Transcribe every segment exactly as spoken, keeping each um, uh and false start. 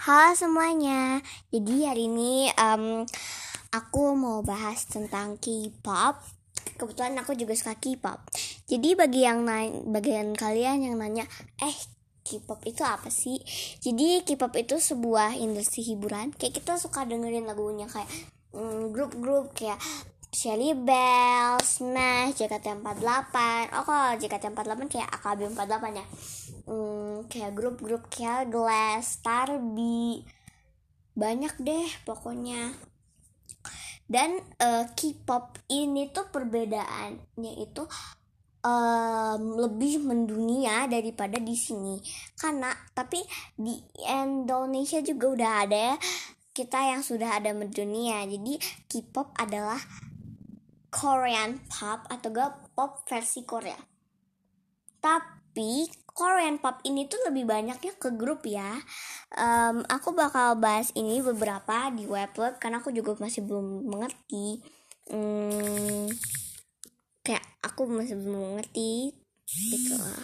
Halo semuanya, jadi hari ini um, aku mau bahas tentang K-pop. Kebetulan aku juga suka K-pop. Jadi bagi yang na- bagian kalian yang nanya, eh K-pop itu apa sih? Jadi K-pop itu sebuah industri hiburan. Kayak kita suka dengerin lagunya kayak mm, grup-grup kayak Shelly Bell, Smash, J K T empat puluh delapan. Oh kalau J K T empat puluh delapan kayak A K B empat puluh delapan ya. Hmm, kayak grup-grup kayak Glass, Starby, banyak deh pokoknya. Dan uh, K-pop ini tuh perbedaannya itu um, lebih mendunia daripada di sini. Karena tapi di Indonesia juga udah ada ya, kita yang sudah ada mendunia. Jadi K-pop adalah Korean pop atau gak pop versi Korea. Tapi Korean pop ini tuh lebih banyaknya ke grup ya. um, Aku bakal bahas ini beberapa di web-web karena aku juga masih belum mengerti. hmm, Kayak aku masih belum mengerti gitu lah.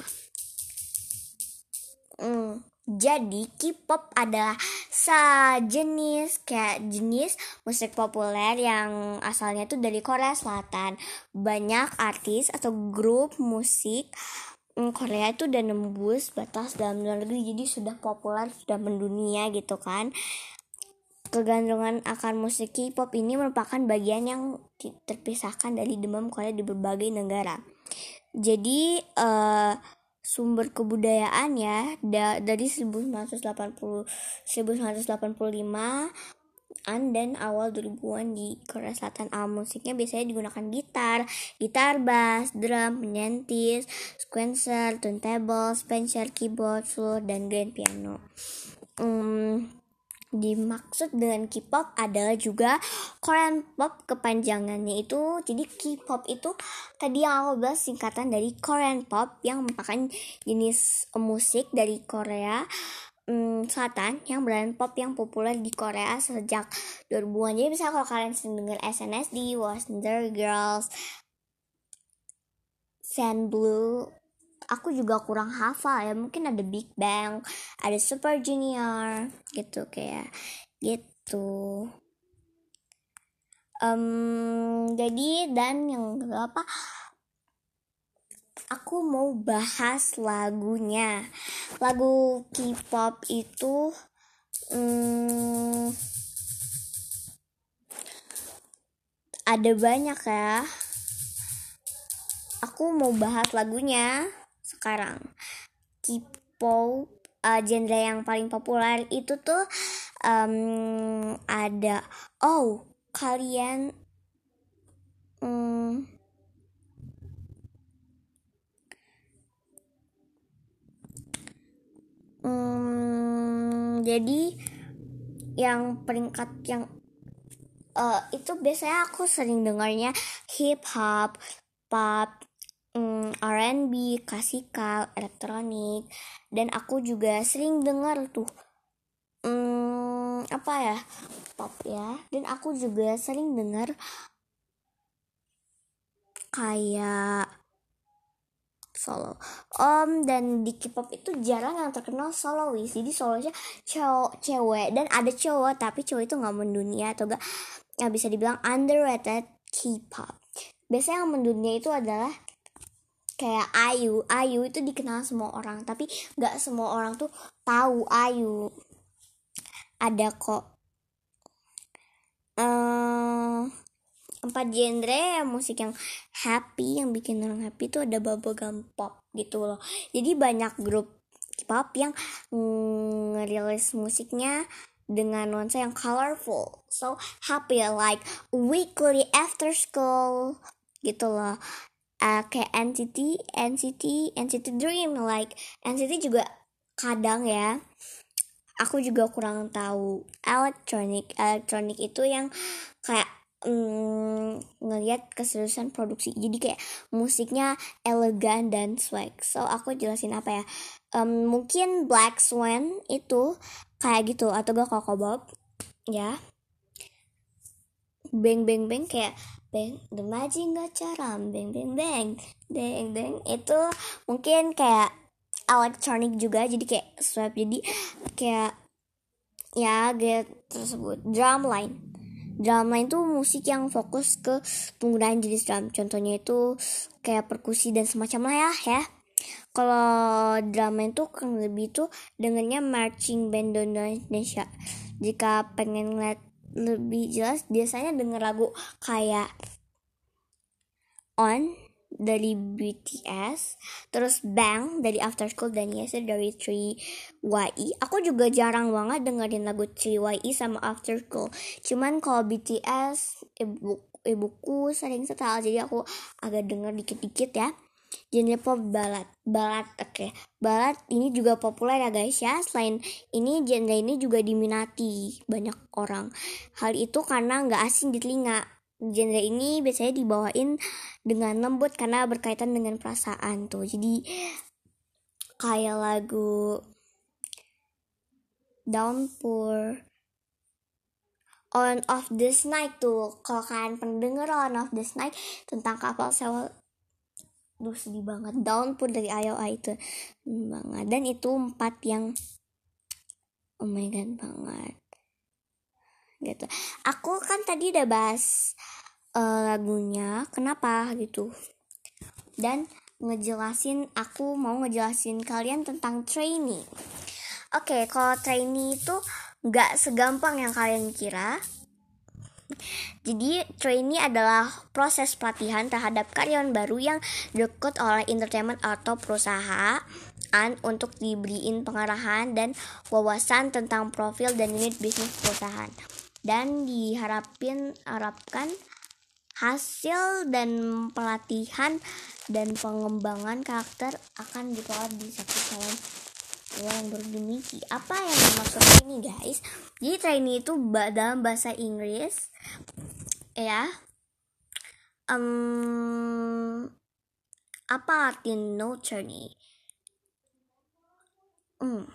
Hmm, jadi K-pop adalah sejenis kayak jenis musik populer yang asalnya tuh dari Korea Selatan. Banyak artis atau grup musik Korea itu udah nembus batas dalam negeri, jadi sudah populer, sudah mendunia gitu kan. Kegantungan akan musik K-pop ini merupakan bagian yang terpisahkan dari demam Korea di berbagai negara. Jadi uh, sumber kebudayaan ya da- dari seribu sembilan ratus delapan puluh lima an dan awal dua ribuan di Korea Selatan. Alat musiknya biasanya digunakan gitar, gitar bass, drum, penyentis, sequencer, turntable, spencer, keyboard, flute, dan grand piano. Hmm, dimaksud dengan K-pop adalah juga Korean pop, kepanjangannya itu. Jadi K-pop itu tadi yang aku bahas singkatan dari Korean pop yang merupakan jenis musik dari Korea Hmm, Selatan yang brand pop yang populer di Korea sejak dua ribuan. Jadi bisa kalau kalian sering dengar S N S D, Wonder Girls, Sunblue, aku juga kurang hafal ya. Mungkin ada Big Bang, ada Super Junior, gitu kayak gitu. Um, jadi dan yang apa? Aku mau bahas lagunya. Lagu K-pop itu hmm, ada banyak ya. Aku mau bahas lagunya sekarang. K-pop uh, genre yang paling populer itu tuh um, ada. Oh, kalian um, um, jadi yang peringkat yang uh, itu biasanya aku sering dengarnya hip hop, pop, um, R and B, klasikal, elektronik, dan aku juga sering dengar tuh um, apa ya pop ya, dan aku juga sering dengar kayak solo. Om dan di K-pop itu jarang yang terkenal solois. Jadi soloisnya cowok, cewek, dan ada cowok tapi cowok itu nggak mendunia atau nggak nggak bisa dibilang underrated K-pop. Biasanya yang mendunia itu adalah kayak Ayu. Ayu itu dikenal semua orang, tapi nggak semua orang tuh tahu Ayu. Ada kok uh, empat genre musik yang happy, yang bikin orang happy itu ada bubblegum pop gitu loh. Jadi banyak grup K-pop yang ngerilis musiknya dengan nuansa yang colorful, so happy, like weekly after school gitu loh. Uh, kayak N C T, N C T, N C T Dream, like N C T juga kadang ya. Aku juga kurang tahu. Electronic, electronic itu yang kayak Mm, ngelihat keseriusan produksi, jadi kayak musiknya elegan dan swag. So aku jelasin apa ya, um, mungkin Black Swan itu kayak gitu, atau gak Coco Bob ya, bang bang bang kayak bang the magic gacaram bang bang bang deng deng, itu mungkin kayak electronic juga, jadi kayak swag, jadi kayak ya gaya tersebut. Drumline. Drumline itu musik yang fokus ke penggunaan jenis drum. Contohnya itu kayak perkusi dan semacam lah ya. ya. Kalau drumline itu kurang lebih tuh dengernya marching band Indonesia. Jika pengen ngeliat lebih jelas, biasanya denger lagu kayak On dari B T S, terus Bang dari After School, dan Yes dari three Y E. Aku juga jarang banget dengerin lagu three Y E sama After School. Cuman kalau B T S ibu ibuku sering setel, jadi aku agak denger dikit-dikit ya. Genre pop ballad, ballad oke. Okay. Ballad ini juga populer ya guys ya. Selain ini, genre ini juga diminati banyak orang. Hal itu karena nggak asing di telinga. Genre ini biasanya dibawain dengan lembut karena berkaitan dengan perasaan tuh. Jadi kayak lagu Downpour, On of This Night tuh. Kalau kalian pernah denger On of This Night tentang kapal sewa, duh sedih banget. Downpour dari I O I itu banget. Dan itu empat yang oh my god banget gitu. Aku kan tadi udah bahas uh, lagunya kenapa gitu, dan ngejelasin aku mau ngejelasin kalian tentang trainee. Oke, okay, kalau trainee itu nggak segampang yang kalian kira. Jadi trainee adalah proses pelatihan terhadap karyawan baru yang direkrut oleh entertainment atau perusahaan untuk diberiin pengarahan dan wawasan tentang profil dan unit bisnis perusahaan. Dan diharapin harapkan hasil dan pelatihan dan pengembangan karakter akan dikelola di satu tahun yang baru dimiliki. Apa yang dimaksud ini guys? Jadi trainee itu dalam bahasa Inggris ya, um, apa arti no trainee? Hmm.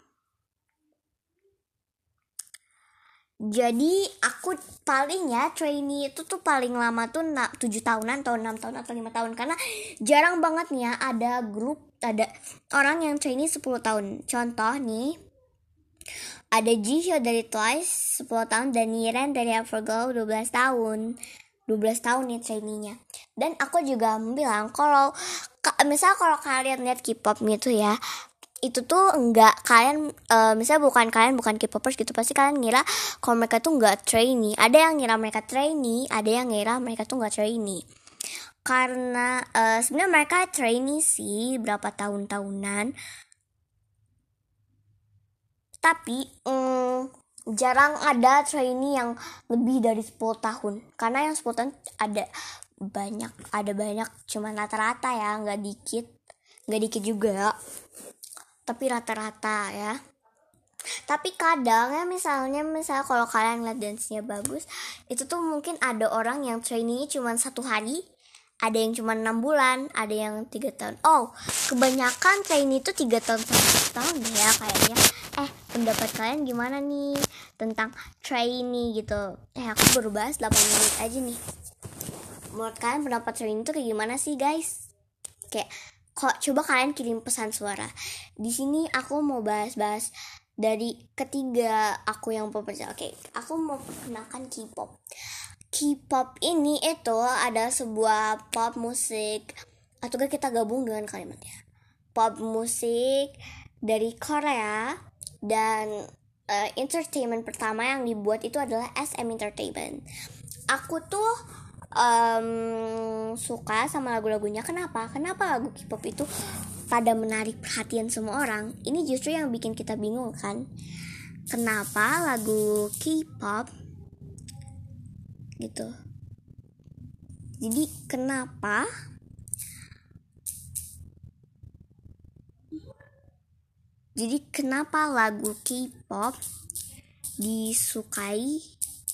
Jadi aku paling ya trainee itu tuh paling lama tuh tujuh tahunan atau enam tahun atau lima tahun, karena jarang banget nih ya ada grup ada orang yang trainee sepuluh tahun. Contoh nih, ada Jihyo dari Twice sepuluh tahun dan Niren dari Everglow dua belas tahun. dua belas tahun nih trainee-nya. Dan aku juga bilang kalau misal kalau kalian lihat K-pop gitu ya, itu tuh enggak kalian uh, misalnya bukan kalian bukan K-popers gitu, pasti kalian ngira kalau mereka tuh enggak trainee. Ada yang ngira mereka trainee, ada yang ngira mereka tuh enggak trainee. Karena uh, sebenarnya mereka trainee sih berapa tahun-tahunan. Tapi um, jarang ada trainee yang lebih dari sepuluh tahun. Karena yang sepuluh tahun ada banyak, ada banyak cuman rata-rata ya, enggak dikit. Enggak dikit juga. Tapi rata-rata ya. Tapi kadang ya misalnya misalnya kalau kalian lihat dance-nya bagus, itu tuh mungkin ada orang yang trainee cuma satu hari, ada yang cuma enam bulan, ada yang tiga tahun. Oh, kebanyakan trainee itu tiga tahun satu tahun ya kayaknya. Eh, pendapat kalian gimana nih tentang trainee gitu? Eh, aku baru bahas delapan menit aja nih. Menurut kalian pendapat trainee itu kayak gimana sih guys? Kayak kok coba kalian kirim pesan suara. Di sini aku mau bahas-bahas dari ketiga aku yang mempercayai. Oke, okay, aku mau perkenalkan K-pop. K-pop ini itu ada sebuah pop musik, atau kita gabung dengan kalimatnya. Pop musik dari Korea, dan uh, entertainment pertama yang dibuat itu adalah S M Entertainment. Aku tuh Um, suka sama lagu-lagunya. Kenapa? Kenapa lagu K-pop itu pada menarik perhatian semua orang? Ini justru yang bikin kita bingung kan? Kenapa lagu K-pop gitu? Jadi kenapa? Jadi kenapa lagu K-pop disukai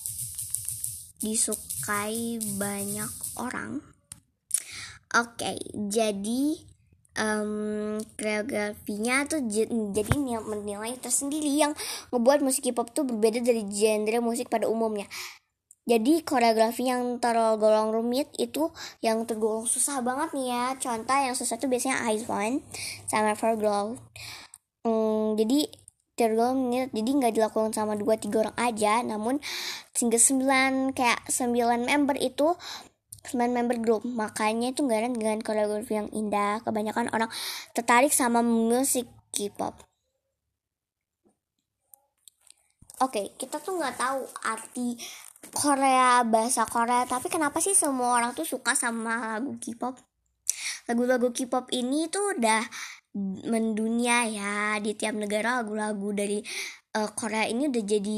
disukai banyak orang? Oke, okay, jadi um, koreografinya tuh j- jadi menilai tersendiri yang ngebuat musik K-pop tuh berbeda dari genre musik pada umumnya. Jadi koreografi yang tergolong rumit itu yang tergolong susah banget nih ya. Contoh yang susah tuh biasanya Ice One sama Everglow. Hmm, jadi tiga menit, jadi nggak dilakukan sama dua tiga orang aja, namun sehingga sembilan kayak sembilan member itu sembilan member grup. Makanya itu nggak dengan koreografi yang indah, kebanyakan orang tertarik sama musik K-pop. Oke, okay, kita tuh nggak tahu arti Korea, bahasa Korea, tapi kenapa sih semua orang tuh suka sama lagu K-pop? Lagu-lagu K-pop ini tuh udah mendunia ya, di tiap negara lagu-lagu dari uh, Korea ini udah jadi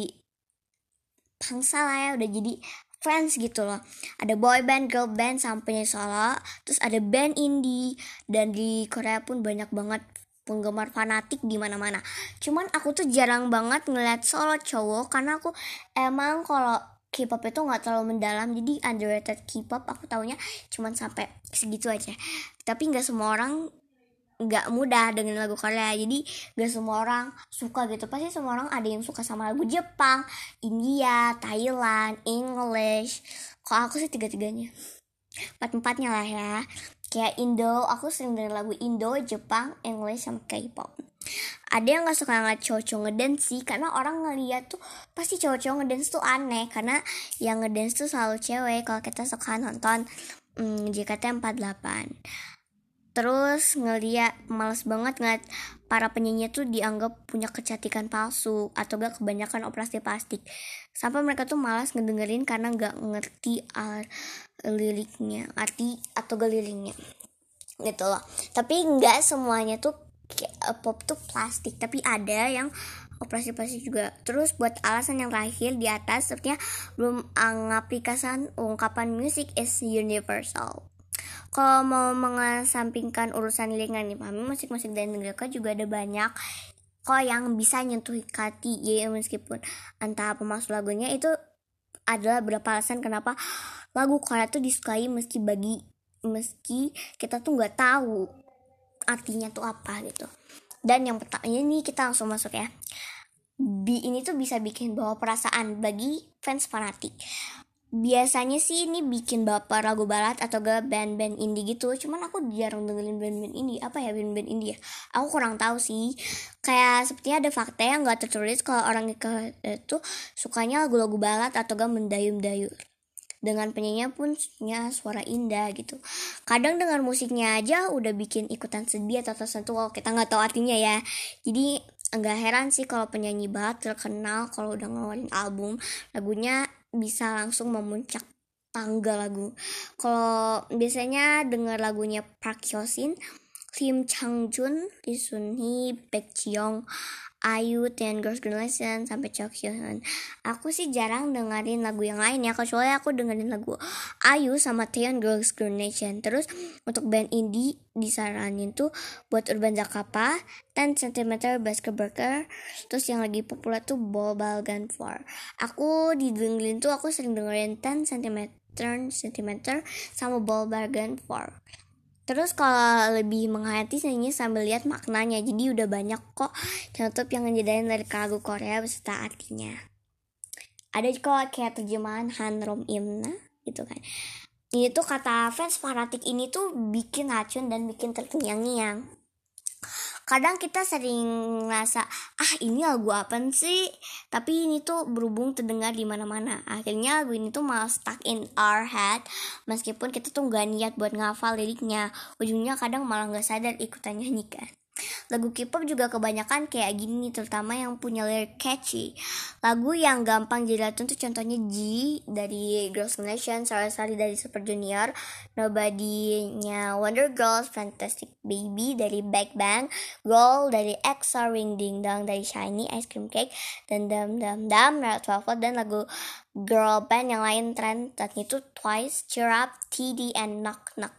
pangsa lah ya, udah jadi fans gitu loh. Ada boy band, girl band, sampai solo, terus ada band indie, dan di Korea pun banyak banget penggemar fanatik di mana-mana. Cuman aku tuh jarang banget ngeliat solo cowok, karena aku emang kalau K-pop itu nggak terlalu mendalam, jadi underrated K-pop aku taunya cuman sampai segitu aja. Tapi nggak semua orang nggak mudah dengan lagu Korea, jadi nggak semua orang suka gitu. Pasti semua orang ada yang suka sama lagu Jepang, India, Thailand, English. Kalau aku sih tiga-tiganya, empat-empatnya lah ya. Kayak Indo, aku sering dengerin lagu Indo, Jepang, English, sama K-pop. Ada yang gak suka ngeliat cowok-cowok ngedance sih, karena orang ngeliat tuh pasti cowok-cowok ngedance tuh aneh, karena yang ngedance tuh selalu cewek. Kalau kita suka nonton hmm, J K T empat delapan, terus ngeliat males banget ngeliat para penyanyi tuh dianggap punya kecantikan palsu atau gak kebanyakan operasi plastik, sampai mereka tuh malas ngedengerin karena gak ngerti al- liriknya, arti atau gak liriknya gitu loh. Tapi gak semuanya tuh pop tuh plastik, tapi ada yang operasi plastik juga. Terus buat alasan yang terakhir di atas, sepertinya belum mengaplikasikan ungkapan music is universal. Kalau mau mengesampingkan urusan liriknya nih, pahami musik-musik dan liriknya juga ada banyak kok yang bisa nyentuh hati. Ya meskipun entah apa maksud lagunya, itu adalah beberapa alasan kenapa lagu Korea tuh disukai, meski bagi meski kita tuh nggak tahu artinya tuh apa gitu. Dan yang pertama ini kita langsung masuk ya. Bi ini tuh bisa bikin bawa perasaan bagi fans fanatik. Biasanya sih ini bikin baper lagu balad atau gak band-band indie gitu. Cuman aku jarang dengerin band-band indie. Apa ya band-band indie ya? Aku kurang tahu sih. Kayak sepertinya ada fakta yang gak tertulis kalau orang itu sukanya lagu-lagu balad atau gak mendayung-dayung. Dengan penyanyinya pun punya suara indah gitu. Kadang dengar musiknya aja udah bikin ikutan sedih atau tersentuh kalau kita gak tahu artinya ya. Jadi gak heran sih kalau penyanyi balad terkenal kalau udah ngeluarin album, lagunya bisa langsung memuncak tangga lagu. Kalau biasanya denger lagunya Park Hyo-shin, Kim Chang-jun, Lee Sun-hee, Baek Ji-young, Ayu, dan Girls' Generation, sampai Cho Hyun. Aku sih jarang dengerin lagu yang lain ya, kecuali aku dengerin lagu Ayu sama Taeyeon Girls' Generation. Terus untuk band indie disaranin tuh buat Urban Zakapa, ten centimeter Basket Breaker. Terus yang lagi populer tuh Ball Gun four. Aku didengerin tuh aku sering dengerin ten centimeter sama Ball Gun four. Terus kalau lebih menghayati nyanyi sambil lihat maknanya. Jadi udah banyak kok YouTube yang ngejedain dari lagu Korea beserta artinya. Ada kok kayak terjemahan Hanrom Imna gitu kan. Ini tuh kata fans fanatik ini tuh bikin racun dan bikin terkenyang-kenyang. Kadang kita sering ngerasa, ah ini lagu apa sih? Tapi ini tuh berhubung terdengar di mana-mana. Akhirnya lagu ini tuh malah stuck in our head, meskipun kita tuh gak niat buat ngafal liriknya. Ujungnya kadang malah gak sadar ikutan nyanyikan. Lagu K-pop juga kebanyakan kayak gini, terutama yang punya lirik catchy. Lagu yang gampang jadi tuh contohnya G dari Girls' Generation, Sorry dari Super Junior, Nobody-nya Wonder Girls, Fantastic Baby dari Big Bang, Girl dari E X O, Ring Ding Dong dari Shiny, Ice Cream Cake, dan Dam Dam Dam, Red Velvet, dan lagu girl band yang lain tren dan itu Twice, Cheer Up, T D, and Knock Knock.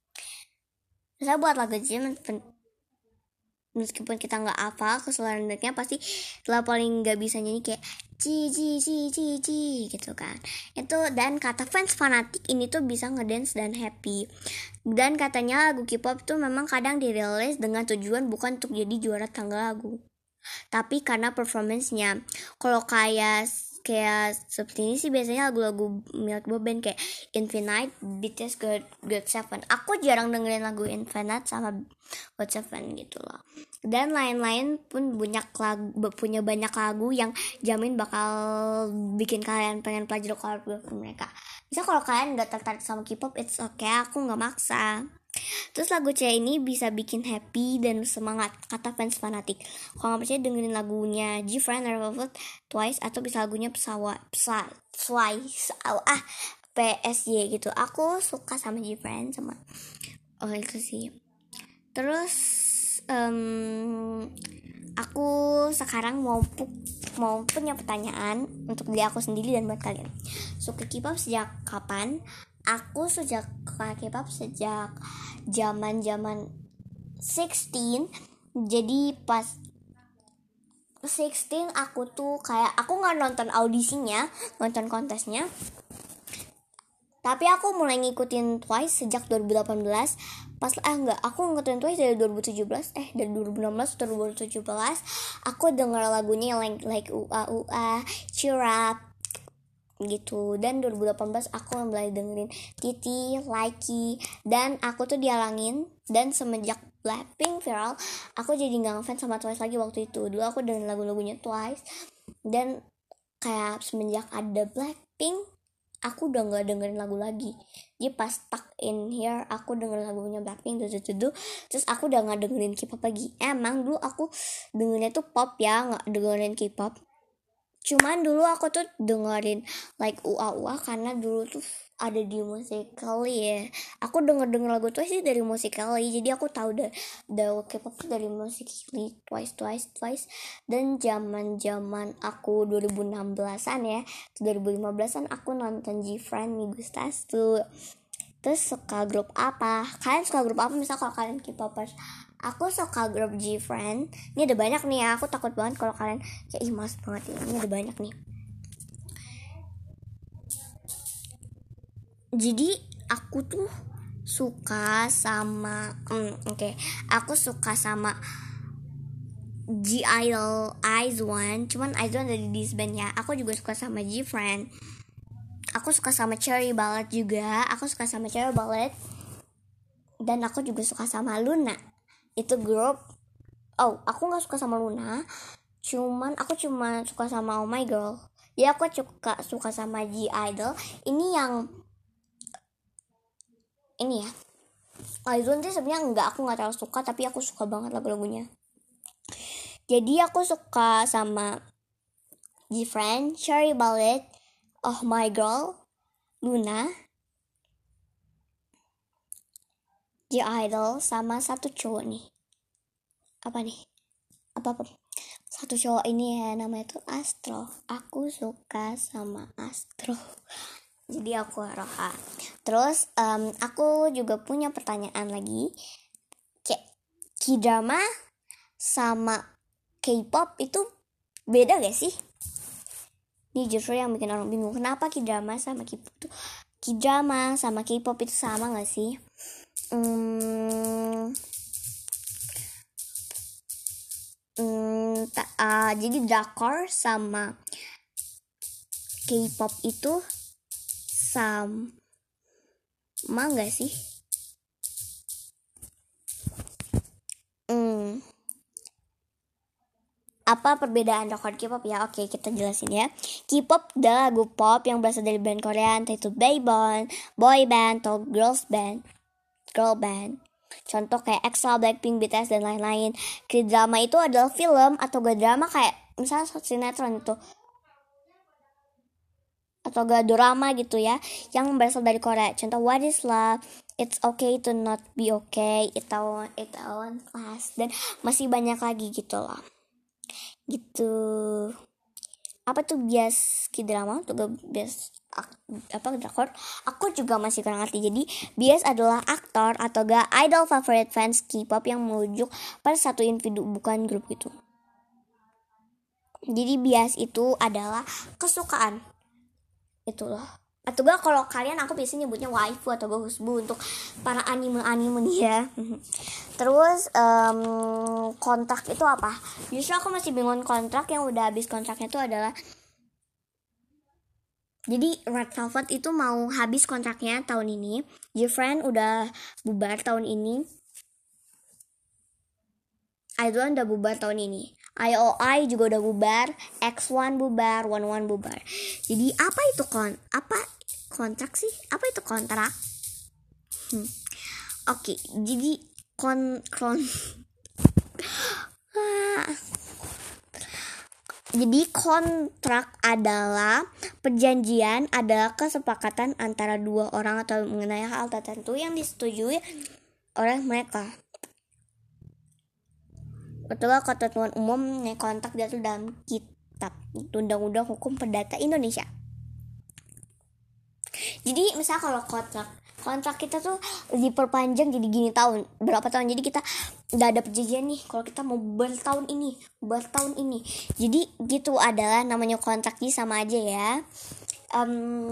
Saya buat lagu Jim, meskipun kita nggak hafal keseluruhan liriknya, pasti lah paling nggak bisa nyanyi kayak ci ci ci ci ci gitu kan itu. Dan kata fans fanatik ini tuh bisa ngedance dan happy. Dan katanya lagu K-pop tuh memang kadang dirilis dengan tujuan bukan untuk jadi juara tangga lagu, tapi karena performance-nya. Kalau kayak kayak seperti ini sih biasanya lagu-lagu milik boy band kayak Infinite, B T S, God, God Seven. Aku jarang dengerin lagu Infinite sama God Seven gitu loh. Dan lain-lain pun banyak lagu, punya banyak lagu yang jamin bakal bikin kalian pengen pelajari koreografi mereka. Misal kalau kalian gak tertarik sama K-pop, it's okay, aku gak maksa. Terus lagu C ini bisa bikin happy dan semangat, kata fans fanatik. Kalau gak percaya dengerin lagunya G-Friend, Revolver, Twice, atau bisa lagunya pesawat pesawat Twice ah P S Y gitu. Aku suka sama G-Friend sama oh itu sih. Terus um, aku sekarang mau pu- mau punya pertanyaan untuk diri aku sendiri dan buat kalian. Suka K-pop sejak kapan? Aku sejak K-pop sejak zaman-zaman sixteen. Jadi pas sixteen aku tuh kayak aku nggak nonton audisinya, nonton kontesnya. Tapi aku mulai ngikutin Twice sejak dua ribu delapan belas. Pas ah enggak, aku ngikutin Twice dari dua ribu tujuh belas eh dari dua ribu enam belas atau dua ribu tujuh belas. Aku denger lagunya like like ua ua, cheer up gitu. Dan dua ribu delapan belas aku mulai dengerin Titi, Likey, dan aku tuh dialangin. Dan semenjak Blackpink viral, aku jadi gak ngefans sama Twice lagi waktu itu. Dulu aku dengerin lagu-lagunya Twice, dan kayak semenjak ada Blackpink aku udah gak dengerin lagu lagi. Jadi pas stuck in here aku dengerin lagunya Blackpink duh, terus aku udah gak dengerin K-pop lagi. Emang dulu aku dengerinnya tuh pop ya, gak dengerin K-pop. Cuman dulu aku tuh dengerin like ua ua karena dulu tuh ada di Musical.ly ya. Aku denger-denger lagu Twice sih dari Musical.ly. Jadi aku tahu dah dah K-pop tuh dari Musical.ly, Twice Twice Twice. Dan zaman-zaman aku dua ribu enam belasan ya, dua ribu lima belasan aku nonton G-Friend, Migustas tuh. Terus suka grup apa? Kalian suka grup apa? Misal kalau kalian K-popers, aku suka grup G-Friend. Ini ada banyak nih ya. Aku takut banget kalau kalian kayak ih mas banget ya. Ini ada banyak nih. Jadi aku tuh suka sama hmm, oke okay. Aku suka sama G-Idol, IZ*ONE. Cuman IZ*ONE dari disband ya. Aku juga suka sama G-Friend. Aku suka sama Cherry Ballet juga. Aku suka sama Cherry Ballet. Dan aku juga suka sama Luna. Itu grup. Oh, aku gak suka sama Luna. Cuman aku cuma suka sama Oh My Girl. Ya aku suka suka sama G-Idol. Ini yang ini ya. IZ*ONE sih sebenarnya enggak, aku nggak terlalu suka, tapi aku suka banget lagu-lagunya. Jadi aku suka sama G-Friend, Cherry Ballet, Oh My Girl, Luna, G-Idol, sama satu cowok nih. Apa nih? Apa apa? Satu cowok ini ya, namanya tuh Astro. Aku suka sama Astro. Jadi aku Roha. Terus um, aku juga punya pertanyaan lagi. Kayak K-drama sama K-pop itu beda gak sih? Ini justru yang bikin orang bingung. Kenapa K-drama sama K-pop itu K-drama sama K-pop itu sama gak sih? Hmm, hmm, ta- uh, jadi drakor sama K-pop itu sama gak sih? Hmm. Apa perbedaan drakor K-pop ya? Oke, kita jelasin ya. K-pop adalah lagu pop yang berasal dari band Korea, entah itu boy band, boy band, atau girls band, girl band. Contoh kayak EXO, Blackpink, B T S, dan lain-lain. K-drama itu adalah film atau gak drama kayak misalnya sinetron itu, atau gak drama gitu ya, yang berasal dari Korea. Contoh What is Love, It's Okay to Not Be Okay, Itaewon, Itaewon Class, dan masih banyak lagi gitu loh. Gitu. Apa tuh bias K-drama atau gak bias apa drakor? Aku juga masih kurang ngerti. Jadi bias adalah aktor atau gak idol favorite fans K-pop yang merujuk pada satu individu, bukan grup gitu. Jadi bias itu adalah kesukaan. Itulah. Atau gak kalau kalian aku biasanya nyebutnya waifu atau gak husbu untuk para anime-anime nih ya. Terus um, kontrak itu apa? Justru aku masih bingung kontrak yang udah habis kontraknya itu adalah Jadi Red Velvet itu mau habis kontraknya tahun ini. Gfriend udah bubar tahun ini. iDOLE udah bubar tahun ini. I O I juga udah bubar, X one bubar, One One bubar. Jadi apa itu kon? Apa kontrak sih? Apa itu kontrak? Hmm. Oke, okay, jadi kon kon. Jadi kontrak adalah perjanjian, adalah kesepakatan antara dua orang atau mengenai hal tertentu yang disetujui oleh mereka. Itulah ketentuan umum yang kontrak diatur dalam kitab Undang-Undang Hukum Perdata Indonesia. Jadi misal kalau kontrak kontrak kita tuh diperpanjang jadi gini tahun, berapa tahun, jadi kita udah ada perjanjian nih kalau kita mau bertahun ini bertahun ini jadi gitu, adalah namanya kontrak. Jadi sama aja ya. um,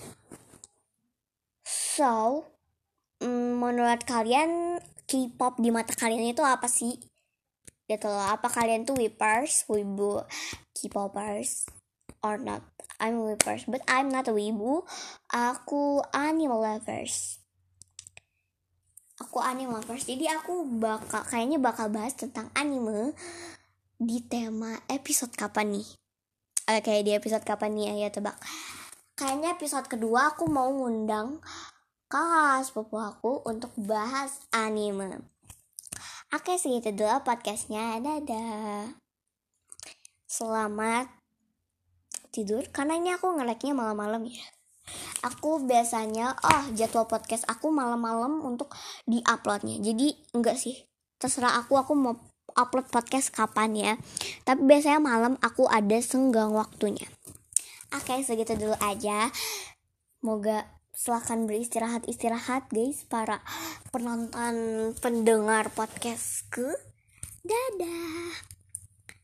so um, menurut kalian K-pop di mata kalian itu apa sih gitu loh? Apa kalian tuh weepers, wibu K-popers or not? I'm a weepers, but I'm not a wibu. Aku anime lovers. Aku anime lovers. Jadi aku bakal kayaknya bakal bahas tentang anime di tema episode kapan nih? Oke, okay, di episode kapan nih? Ayo tebak. Kayaknya episode kedua aku mau ngundang kakak sepupu aku untuk bahas anime. Oke, segitu dulu podcastnya. Dadah. Selamat tidur. Karena ini aku nge-like-nya malam-malam ya. Aku biasanya, oh jadwal podcast aku malam-malam untuk di-uploadnya. Jadi enggak sih, terserah aku, aku mau upload podcast kapan ya. Tapi biasanya malam aku ada senggang waktunya. Oke, segitu dulu aja. Semoga silakan beristirahat-istirahat guys, para penonton pendengar podcastku. Dadah.